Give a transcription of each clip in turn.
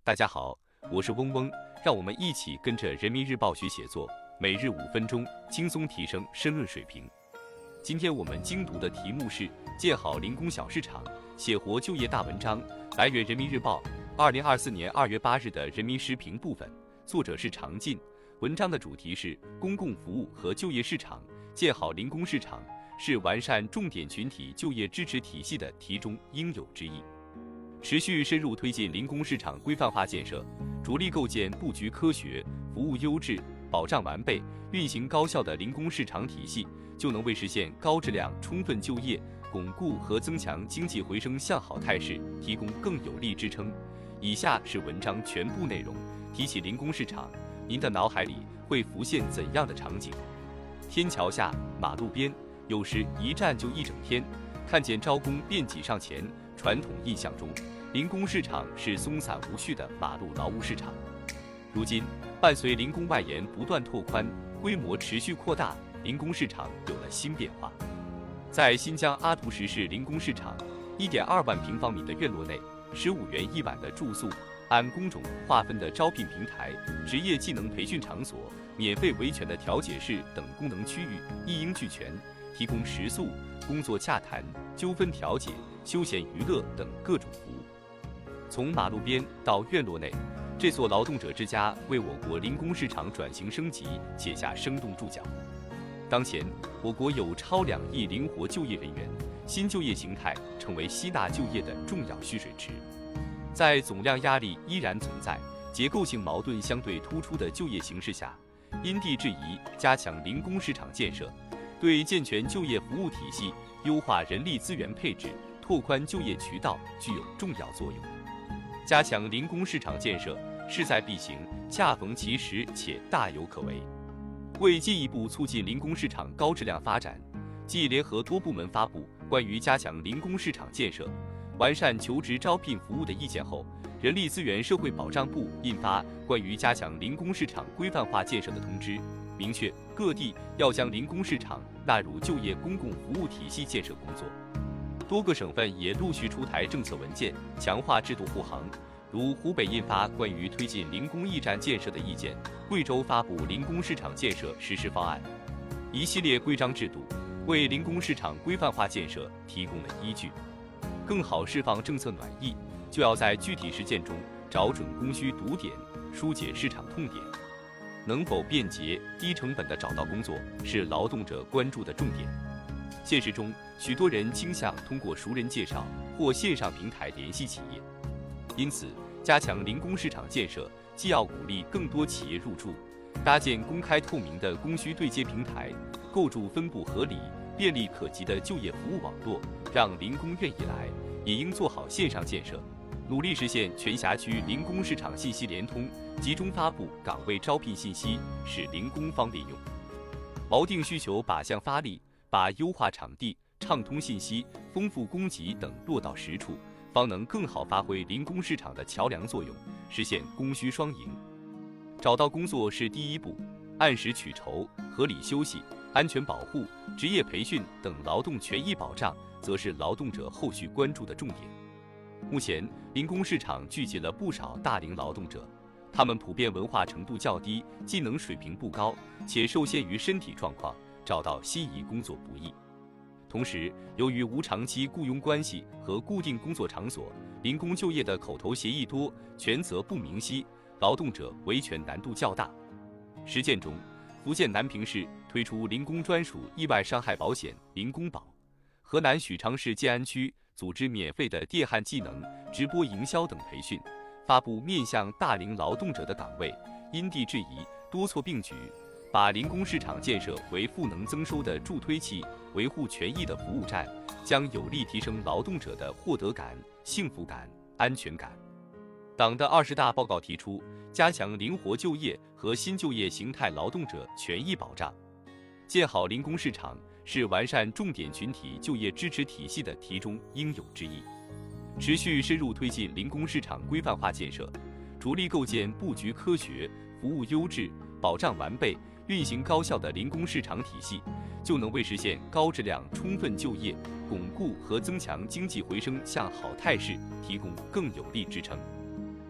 大家好，我是嗡嗡，让我们一起跟着人民日报学写作，每日5分钟，轻松提升申论水平。今天我们精读的题目是建好零工小市场，写活就业大文章。来源人民日报，2024年2月8日的人民时评部分，作者是常进。文章的主题是公共服务和就业市场，建好零工市场是完善重点群体就业支持体系的题中应有之义。持续深入推进零工市场规范化建设，着力构建布局科学、服务优质、保障完备、运行高效的零工市场体系，就能为实现高质量充分就业、巩固和增强经济回升向好态势提供更有力支撑。以下是文章全部内容。提起零工市场，您的脑海里会浮现怎样的场景？天桥下、马路边，有时一站就一整天，看见招工便挤上前。传统印象中，零工市场是松散无序的马路劳务市场。如今，伴随零工外延不断拓宽，规模持续扩大，零工市场有了新变化。在新疆阿图什市零工市场，1.2万平方米的院落内，15元一晚的住宿，按工种划分的招聘平台、职业技能培训场所、免费维权的调解室等功能区域一应俱全，提供食宿、工作洽谈、纠纷调解、休闲娱乐等各种服务。从马路边到院落内，这座劳动者之家为我国零工市场转型升级写下生动注脚。当前，我国有超2亿灵活就业人员，新就业形态成为吸纳就业的重要蓄水池。在总量压力依然存在、结构性矛盾相对突出的就业形势下，因地制宜加强零工市场建设，对健全就业服务体系、优化人力资源配置、拓宽就业渠道具有重要作用。加强零工市场建设势在必行，恰逢其时且大有可为。为进一步促进零工市场高质量发展，继联合多部门发布关于加强零工市场建设、完善求职招聘服务的意见后，人力资源社会保障部印发关于加强零工市场规范化建设的通知，明确各地要将零工市场纳入就业公共服务体系建设工作。多个省份也陆续出台政策文件，强化制度护航，如湖北印发关于推进零工驿站建设的意见，贵州发布零工市场建设实施方案，一系列规章制度为零工市场规范化建设提供了依据。更好释放政策暖意，就要在具体实践中找准供需堵点，疏解市场痛点。能否便捷、低成本地找到工作，是劳动者关注的重点。现实中，许多人倾向通过熟人介绍或线上平台联系企业，因此，加强零工市场建设，既要鼓励更多企业入驻，搭建公开透明的供需对接平台，构筑分布合理、便利可及的就业服务网络，让零工愿意来，也应做好线上建设，努力实现全辖区零工市场信息联通，集中发布岗位招聘信息，使零工方便用。锚定需求靶向发力，把优化场地、畅通信息、丰富供给等落到实处，方能更好发挥零工市场的桥梁作用，实现供需双赢。找到工作是第一步，按时取酬、合理休息、安全保护、职业培训等劳动权益保障，则是劳动者后续关注的重点。目前，零工市场聚集了不少大龄劳动者，他们普遍文化程度较低，技能水平不高，且受限于身体状况，找到心仪工作不易。同时，由于无长期雇佣关系和固定工作场所，零工就业的口头协议多，权责不明晰，劳动者维权难度较大。实践中，福建南平市推出零工专属意外伤害保险零工保，河南许昌市建安区组织免费的电焊技能、直播营销等培训，发布面向大龄劳动者的岗位，因地制宜，多措并举，把零工市场建设为赋能增收的助推器，维护权益的服务站，将有力提升劳动者的获得感、幸福感、安全感。党的20大报告提出，加强灵活就业和新就业形态劳动者权益保障，建好零工市场是完善重点群体就业支持体系的题中应有之义。持续深入推进零工市场规范化建设，着力构建布局科学、服务优质、保障完备、运行高效的零工市场体系，就能为实现高质量充分就业、巩固和增强经济回升向好态势提供更有力支撑。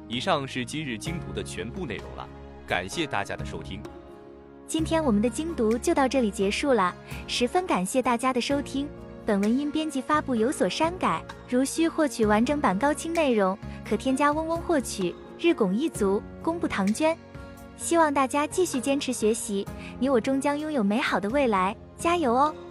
以上是今日精读的全部内容了，感谢大家的收听。 今天我们的精读就到这里结束了，十分感谢大家的收听。本文因编辑发布有所删改，如需获取完整版高清内容，可添加嗡嗡获取。日拱一卒，功不唐捐。希望大家继续坚持学习，你我终将拥有美好的未来，加油哦！